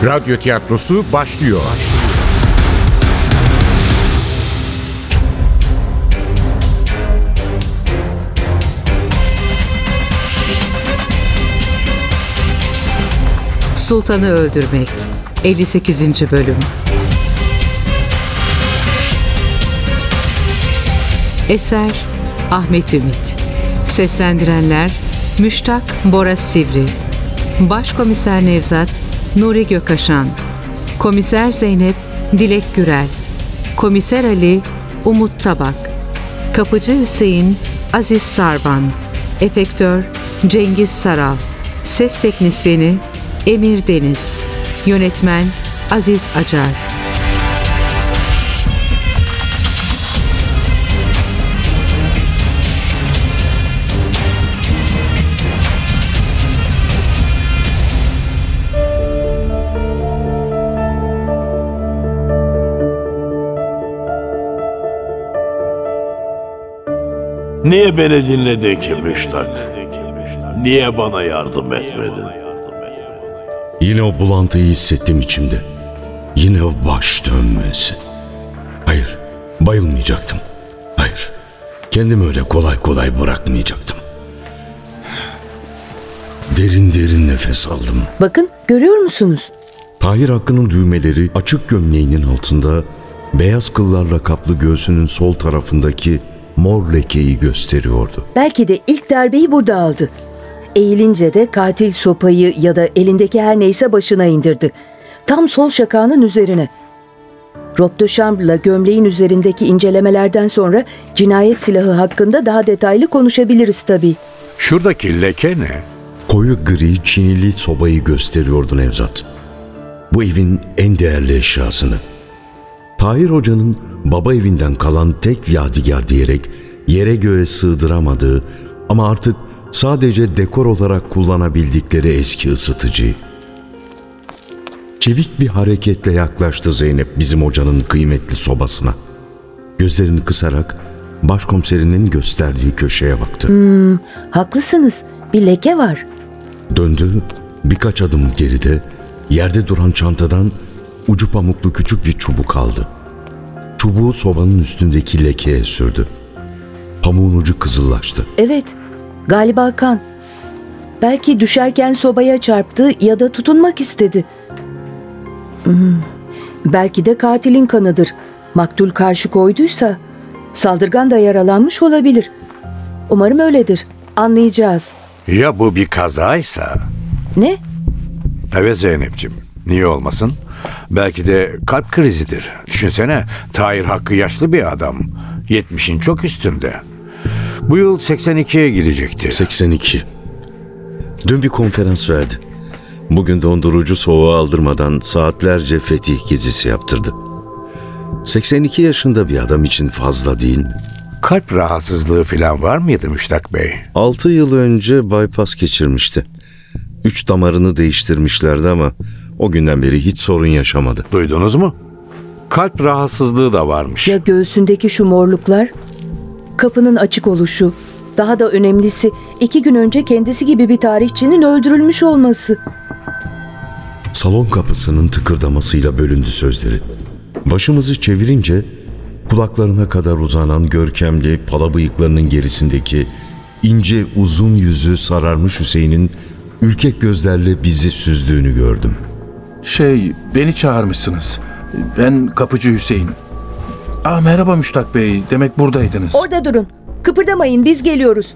Radyo tiyatrosu başlıyor. Sultanı Öldürmek 58. Bölüm. Eser Ahmet Ümit. Seslendirenler Müştak Bora Sivri, Başkomiser Nevzat Nuri Gökaşan, Komiser Zeynep Dilek Gürel, Komiser Ali Umut Tabak, Kapıcı Hüseyin Aziz Sarban, Efektör Cengiz Saral, Ses Teknisyeni Emir Deniz, Yönetmen Aziz Acar. Niye beni dinledin ki Müştak? Niye bana yardım etmedin? Yine o bulantıyı hissettim içimde. Yine o baş dönmesi. Hayır, bayılmayacaktım. Hayır, kendimi öyle kolay kolay bırakmayacaktım. Derin derin nefes aldım. Bakın, görüyor musunuz? Tahir Hakkı'nın düğmeleri açık gömleğinin altında, beyaz kıllarla kaplı göğsünün sol tarafındaki mor lekeyi gösteriyordu. Belki de ilk darbeyi burada aldı. Eğilince de katil sopayı ya da elindeki her neyse başına indirdi. Tam sol şakağının üzerine. Robe de Chambre'la gömleğin üzerindeki incelemelerden sonra cinayet silahı hakkında daha detaylı konuşabiliriz tabii. Şuradaki leke ne? Koyu gri çinili sobayı gösteriyordu Nevzat. Bu evin en değerli eşyasını. Tahir Hoca'nın baba evinden kalan tek yadigar diyerek yere göğe sığdıramadığı ama artık sadece dekor olarak kullanabildikleri eski ısıtıcıyı. Çevik bir hareketle yaklaştı Zeynep bizim hocanın kıymetli sobasına. Gözlerini kısarak başkomiserinin gösterdiği köşeye baktı. Haklısınız, bir leke var. Döndü, birkaç adım geride yerde duran çantadan ucu pamuklu küçük bir çubuk aldı. Çubuğu sobanın üstündeki lekeye sürdü. Pamuğun ucu kızıllaştı. Evet, galiba kan. Belki düşerken sobaya çarptı ya da tutunmak istedi. Belki de katilin kanıdır. Maktul karşı koyduysa saldırgan da yaralanmış olabilir. Umarım öyledir. Anlayacağız. Ya bu bir kazaysa? Ne? Evet Zeynep'ciğim. Niye olmasın? Belki de kalp krizidir. Düşünsene, Tahir Hakkı yaşlı bir adam. 70'in çok üstünde. Bu yıl 82'ye girecekti. 82. Dün bir konferans verdi. Bugün dondurucu soğuğu aldırmadan saatlerce fetih gezisi yaptırdı. 82 yaşında bir adam için fazla değil mi? Kalp rahatsızlığı falan var mıydı Müştak Bey? 6 yıl önce bypass geçirmişti. 3 damarını değiştirmişlerdi ama o günden beri hiç sorun yaşamadı. Duydunuz mu? Kalp rahatsızlığı da varmış. Ya göğsündeki şu morluklar? Kapının açık oluşu. Daha da önemlisi 2 gün önce kendisi gibi bir tarihçinin öldürülmüş olması. Salon kapısının tıkırdamasıyla bölündü sözleri. Başımızı çevirince kulaklarına kadar uzanan görkemli pala bıyıklarının gerisindeki ince uzun yüzü sararmış Hüseyin'in ürkek gözlerle bizi süzdüğünü gördüm. Beni çağırmışsınız. Ben Kapıcı Hüseyin. Merhaba Müştak Bey, demek buradaydınız. Orada durun. Kıpırdamayın, biz geliyoruz.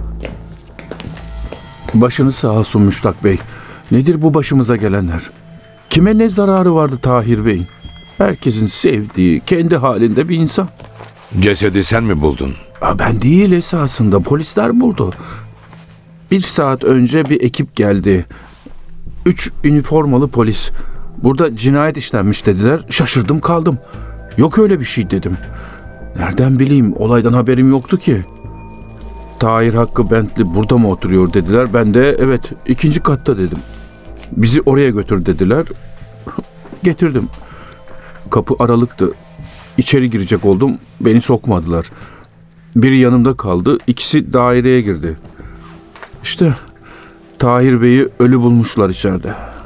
Başınız sağ olsun Müştak Bey. Nedir bu başımıza gelenler? Kime ne zararı vardı Tahir Bey'in? Herkesin sevdiği, kendi halinde bir insan. Cesedi sen mi buldun? Ben değil esasında, polisler buldu. 1 saat önce bir ekip geldi. 3 üniformalı polis. Burada cinayet işlenmiş dediler. Şaşırdım kaldım. Yok öyle bir şey dedim. Nereden bileyim, olaydan haberim yoktu ki. Tahir Hakkı Bentley burada mı oturuyor dediler. Ben de evet 2. katta dedim. Bizi oraya götür dediler. Getirdim. Kapı aralıktı. İçeri girecek oldum. Beni sokmadılar. Biri yanımda kaldı. İkisi daireye girdi. İşte Tahir Bey'i ölü bulmuşlar içeride.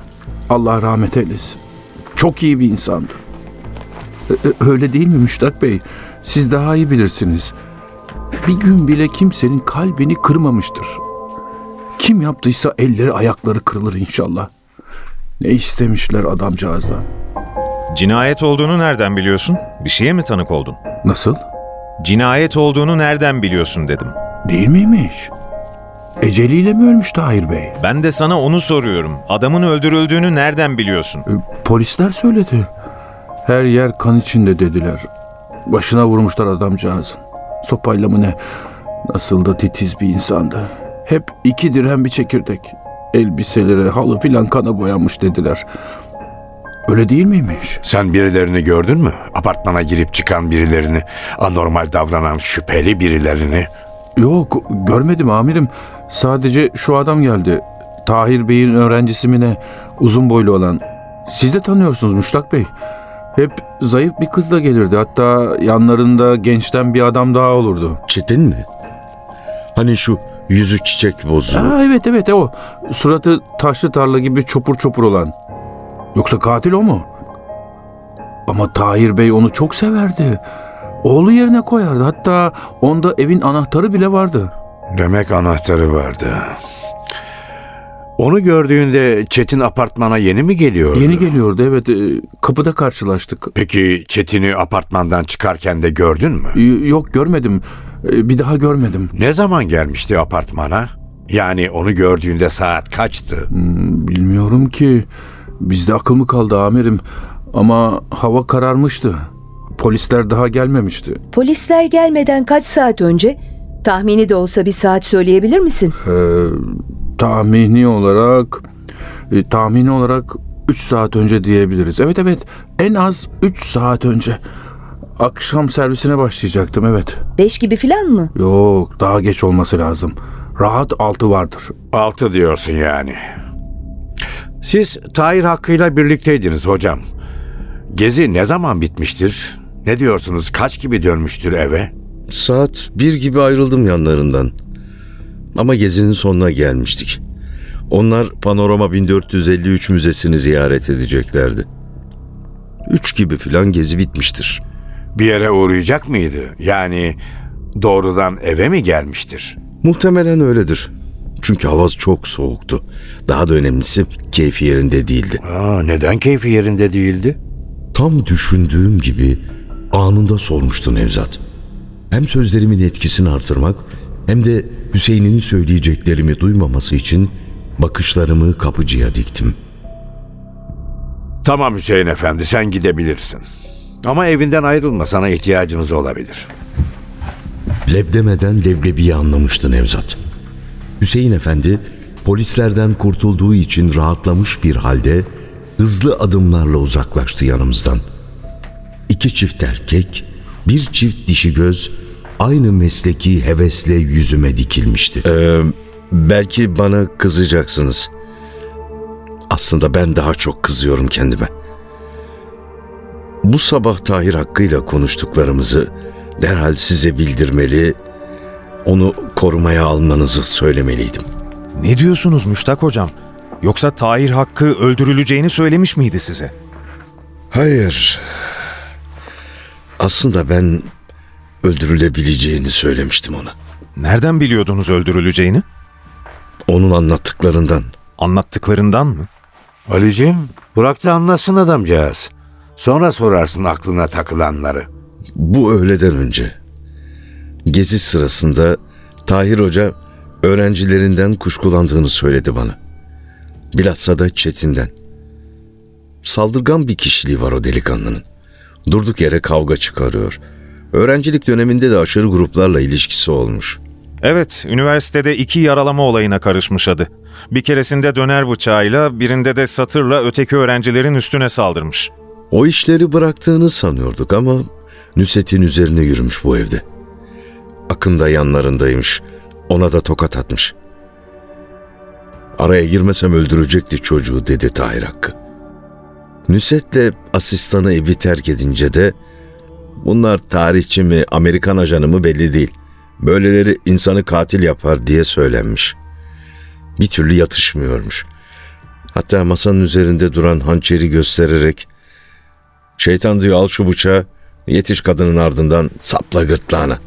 Allah rahmet eylesin. Çok iyi bir insandı. Öyle değil mi Müştak Bey? Siz daha iyi bilirsiniz. Bir gün bile kimsenin kalbini kırmamıştır. Kim yaptıysa elleri ayakları kırılır inşallah. Ne istemişler adamcağızdan. Cinayet olduğunu nereden biliyorsun? Bir şeye mi tanık oldun? Nasıl? Cinayet olduğunu nereden biliyorsun dedim. Değil miymiş? Eceliyle mi ölmüş Tahir Bey? Ben de sana onu soruyorum. Adamın öldürüldüğünü nereden biliyorsun? Polisler söyledi. Her yer kan içinde dediler. Başına vurmuşlar adamcağızın. Sopayla mı ne? Nasıl da titiz bir insandı. Hep 2 dirhem bir çekirdek. Elbiseleri, halı filan kana boyanmış dediler. Öyle değil miymiş? Sen birilerini gördün mü? Apartmana girip çıkan birilerini, anormal davranan şüpheli birilerini. Yok, görmedim amirim. Sadece şu adam geldi. Tahir Bey'in öğrencisi mi ne? Uzun boylu olan. Siz de tanıyorsunuz Müştak Bey. Hep zayıf bir kız da gelirdi. Hatta yanlarında gençten bir adam daha olurdu. Çetin mi? Hani şu yüzü çiçek bozuğu. Evet o. Suratı taşlı tarla gibi çopur çopur olan. Yoksa katil o mu? Ama Tahir Bey onu çok severdi. Oğlu yerine koyardı. Hatta onda evin anahtarı bile vardı. Demek anahtarı vardı. Onu gördüğünde Çetin apartmana yeni mi geliyordu? Yeni geliyordu evet. Kapıda karşılaştık. Peki Çetin'i apartmandan çıkarken de gördün mü? Yok görmedim. Bir daha görmedim. Ne zaman gelmişti apartmana? Yani onu gördüğünde saat kaçtı? Bilmiyorum ki. Bizde akıl mı kaldı amirim? Ama hava kararmıştı. Polisler daha gelmemişti. Polisler gelmeden kaç saat önce? Tahmini de olsa bir saat söyleyebilir misin? Tahmini olarak 3 saat önce diyebiliriz. Evet en az 3 saat önce. Akşam servisine başlayacaktım evet. 5 gibi filan mı? Yok daha geç olması lazım. Rahat 6 vardır. 6 diyorsun yani. Siz Tahir Hakkı'yla birlikteydiniz hocam. Gezi ne zaman bitmiştir? Ne diyorsunuz? Kaç gibi dönmüştür eve? Saat 1 gibi ayrıldım yanlarından. Ama gezinin sonuna gelmiştik. Onlar Panorama 1453 Müzesi'ni ziyaret edeceklerdi. 3 gibi filan gezi bitmiştir. Bir yere uğrayacak mıydı? Yani doğrudan eve mi gelmiştir? Muhtemelen öyledir. Çünkü hava çok soğuktu. Daha da önemlisi keyfi yerinde değildi. Neden keyfi yerinde değildi? Tam düşündüğüm gibi anında sormuştu Nevzat. Hem sözlerimin etkisini artırmak hem de Hüseyin'in söyleyeceklerimi duymaması için bakışlarımı kapıcıya diktim. Tamam Hüseyin Efendi, sen gidebilirsin. Ama evinden ayrılma, sana ihtiyacımız olabilir. Leb demeden leblebiyi anlamıştı Nevzat. Hüseyin Efendi polislerden kurtulduğu için rahatlamış bir halde hızlı adımlarla uzaklaştı yanımızdan. 2 çift erkek, 1 çift dişi göz aynı mesleki hevesle yüzüme dikilmişti. Belki bana kızacaksınız. Aslında ben daha çok kızıyorum kendime. Bu sabah Tahir Hakkı'yla konuştuklarımızı derhal size bildirmeli, onu korumaya almanızı söylemeliydim. Ne diyorsunuz Müştak hocam? Yoksa Tahir Hakkı öldürüleceğini söylemiş miydi size? Hayır. Aslında ben öldürülebileceğini söylemiştim ona. Nereden biliyordunuz öldürüleceğini? Onun anlattıklarından. Anlattıklarından mı? Ali'cim, bırak da anlatsın adamcağız. Sonra sorarsın aklına takılanları. Bu öğleden önce. Gezi sırasında Tahir Hoca öğrencilerinden kuşkulandığını söyledi bana. Bilhassa da Çetin'den. Saldırgan bir kişiliği var o delikanlının. Durduk yere kavga çıkarıyor. Öğrencilik döneminde de aşırı gruplarla ilişkisi olmuş. Evet, üniversitede 2 yaralama olayına karışmış adı. Bir keresinde döner bıçağıyla, birinde de satırla öteki öğrencilerin üstüne saldırmış. O işleri bıraktığını sanıyorduk ama Nusret'in üzerine yürümüş bu evde. Akın da yanlarındaymış. Ona da tokat atmış. Araya girmesem öldürecekti çocuğu dedi Tahir Hakkı. Nusret'le asistanı evi terk edince de bunlar tarihçi mi, Amerikan ajanı mı belli değil. Böyleleri insanı katil yapar diye söylenmiş. Bir türlü yatışmıyormuş. Hatta masanın üzerinde duran hançeri göstererek "Şeytan," diyor, "al şu bıçağı, yetiş kadının ardından sapla gırtlağına."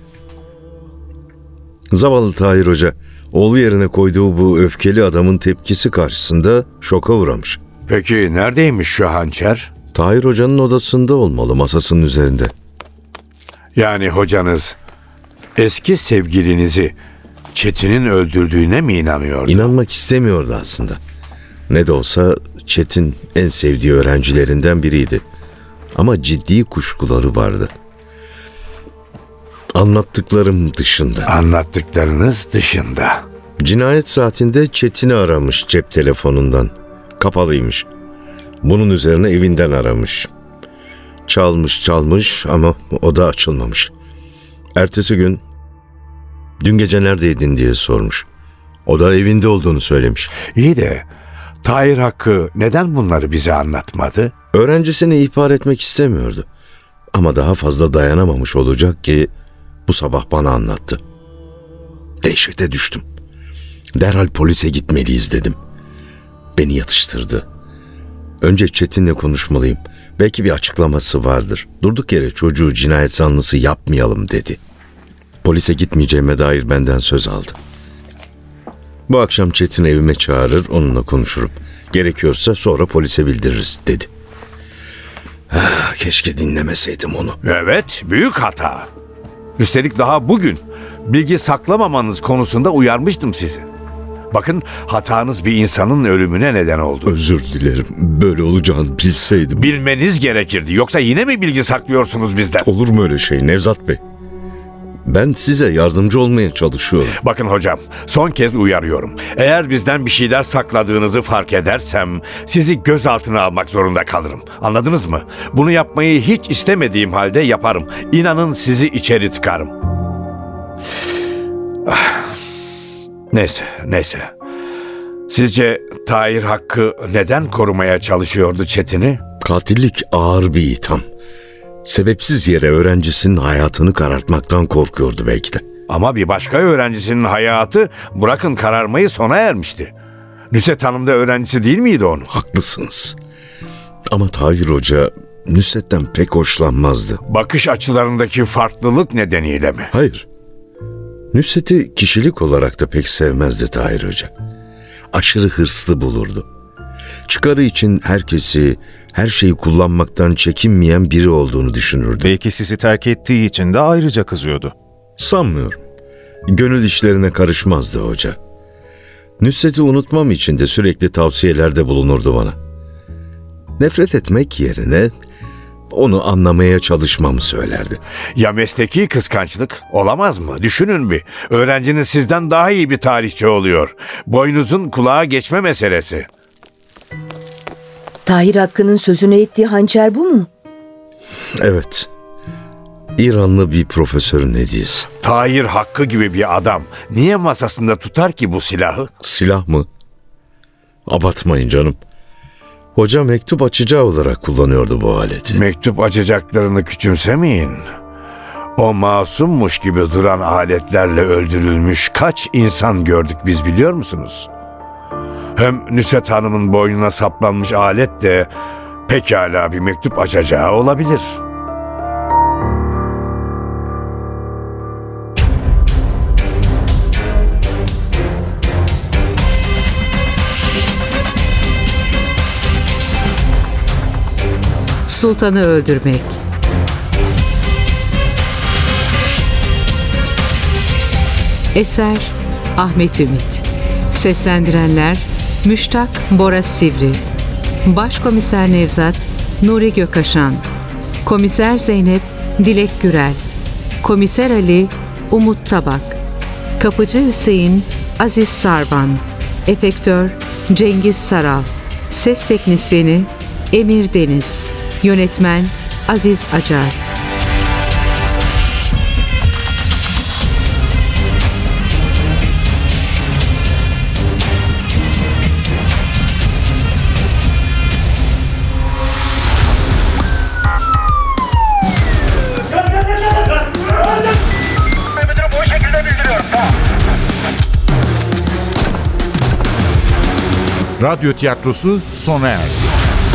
Zavallı Tahir Hoca oğlu yerine koyduğu bu öfkeli adamın tepkisi karşısında şoka uğramış. Peki neredeymiş şu hançer? Tahir Hoca'nın odasında olmalı, masasının üzerinde. Yani hocanız eski sevgilinizi Çetin'in öldürdüğüne mi inanıyordu? İnanmak istemiyordu aslında. Ne de olsa Çetin en sevdiği öğrencilerinden biriydi. Ama ciddi kuşkuları vardı. Anlattıklarım dışında. Anlattıklarınız dışında. Cinayet saatinde Çetin'i aramış cep telefonundan. Kapalıymış. Bunun üzerine evinden aramış. Çalmış ama oda açılmamış. Ertesi gün "Dün gece neredeydin?" diye sormuş. O da evinde olduğunu söylemiş. İyi de Tahir Hakkı neden bunları bize anlatmadı? Öğrencisini ihbar etmek istemiyordu. Ama daha fazla dayanamamış olacak ki bu sabah bana anlattı. Dehşete düştüm. Derhal polise gitmeliyiz dedim. Beni yatıştırdı. Önce Çetin'le konuşmalıyım. Belki bir açıklaması vardır. Durduk yere çocuğu cinayet zanlısı yapmayalım dedi. Polise gitmeyeceğime dair benden söz aldı. Bu akşam Çetin'i evime çağırır, onunla konuşurum. Gerekiyorsa sonra polise bildiririz dedi. Keşke dinlemeseydim onu. Evet, büyük hata. Üstelik daha bugün bilgi saklamamanız konusunda uyarmıştım sizi. Bakın, hatanız bir insanın ölümüne neden oldu. Özür dilerim. Böyle olacağını bilseydim. Bilmeniz gerekirdi. Yoksa yine mi bilgi saklıyorsunuz bizden? Olur mu öyle şey Nevzat Bey? Ben size yardımcı olmaya çalışıyorum. Bakın hocam, son kez uyarıyorum. Eğer bizden bir şeyler sakladığınızı fark edersem sizi gözaltına almak zorunda kalırım. Anladınız mı? Bunu yapmayı hiç istemediğim halde yaparım. İnanın sizi içeri tıkarım. Neyse. Sizce Tahir Hakkı neden korumaya çalışıyordu Çetin'i? Katillik ağır bir itham. Sebepsiz yere öğrencisinin hayatını karartmaktan korkuyordu belki de. Ama bir başka öğrencisinin hayatı bırakın kararmayı sona ermişti. Nusret Hanım da öğrencisi değil miydi onun? Haklısınız. Ama Tahir Hoca Nusret'ten pek hoşlanmazdı. Bakış açılarındaki farklılık nedeniyle mi? Hayır. Nusret'i kişilik olarak da pek sevmezdi Tahir Hoca. Aşırı hırslı bulurdu. Çıkarı için her şeyi kullanmaktan çekinmeyen biri olduğunu düşünürdü. Belki sizi terk ettiği için de ayrıca kızıyordu. Sanmıyorum. Gönül işlerine karışmazdı hoca. Nusret'i unutmam için de sürekli tavsiyelerde bulunurdu bana. Nefret etmek yerine onu anlamaya çalışmamı söylerdi. Ya mesleki kıskançlık? Olamaz mı? Düşünün bir. Öğrenciniz sizden daha iyi bir tarihçi oluyor. Boynuzun kulağa geçme meselesi. Tahir Hakkı'nın sözünü ettiği hançer bu mu? Evet. İranlı bir profesörün hediyesi. Tahir Hakkı gibi bir adam niye masasında tutar ki bu silahı? Silah mı? Abartmayın canım. Hoca mektup açacağı olarak kullanıyordu bu aleti. Mektup açacaklarını küçümsemeyin. O masummuş gibi duran aletlerle öldürülmüş kaç insan gördük biz, biliyor musunuz? Hem Nusret Hanım'ın boynuna saplanmış alet de pekala bir mektup açacağı olabilir. Sultanı öldürmek. Eser Ahmet Ümit. Seslendirenler Müştak Bora Sivri, Başkomiser Nevzat Nuri Gökaşan, Komiser Zeynep Dilek Gürel, Komiser Ali Umut Tabak, Kapıcı Hüseyin Aziz Sarban, Efektör Cengiz Saral, Ses Teknisyeni Emir Deniz, Yönetmen Aziz Acar. radyo tiyatrosu sona erdi.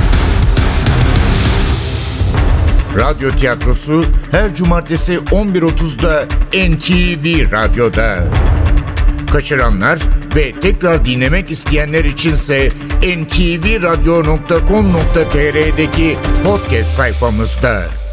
Radyo tiyatrosu her cumartesi 11.30'da NTV Radyo'da. Kaçıranlar ve tekrar dinlemek isteyenler içinse ntvradio.com.tr'deki podcast sayfamızda.